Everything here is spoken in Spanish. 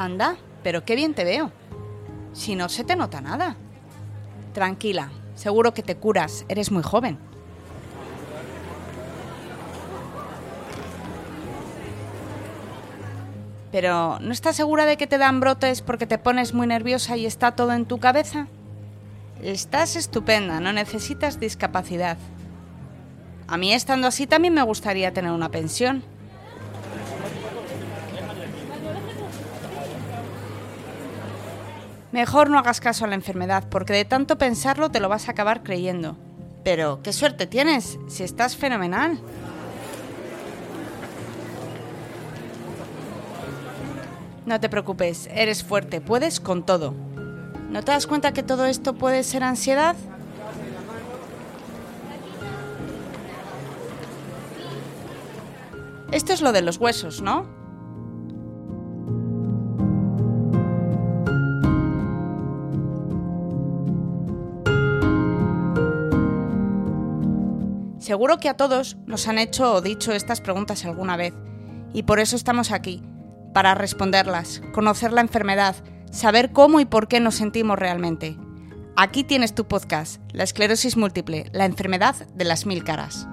Anda, pero qué bien te veo. Si no se te nota nada. Tranquila, seguro que te curas, eres muy joven. Pero, ¿no estás segura de que te dan brotes porque te pones muy nerviosa y está todo en tu cabeza? Estás estupenda, no necesitas discapacidad. A mí, estando así, también me gustaría tener una pensión. Mejor no hagas caso a la enfermedad, porque de tanto pensarlo te lo vas a acabar creyendo. Pero, qué suerte tienes, si estás fenomenal. No te preocupes, eres fuerte, puedes con todo. ¿No te das cuenta que todo esto puede ser ansiedad? Esto es lo de los huesos, ¿no? Seguro que a todos nos han hecho o dicho estas preguntas alguna vez, y por eso estamos aquí, para responderlas, conocer la enfermedad, saber cómo y por qué nos sentimos realmente. Aquí tienes tu podcast, La esclerosis múltiple, la enfermedad de las 1000 caras.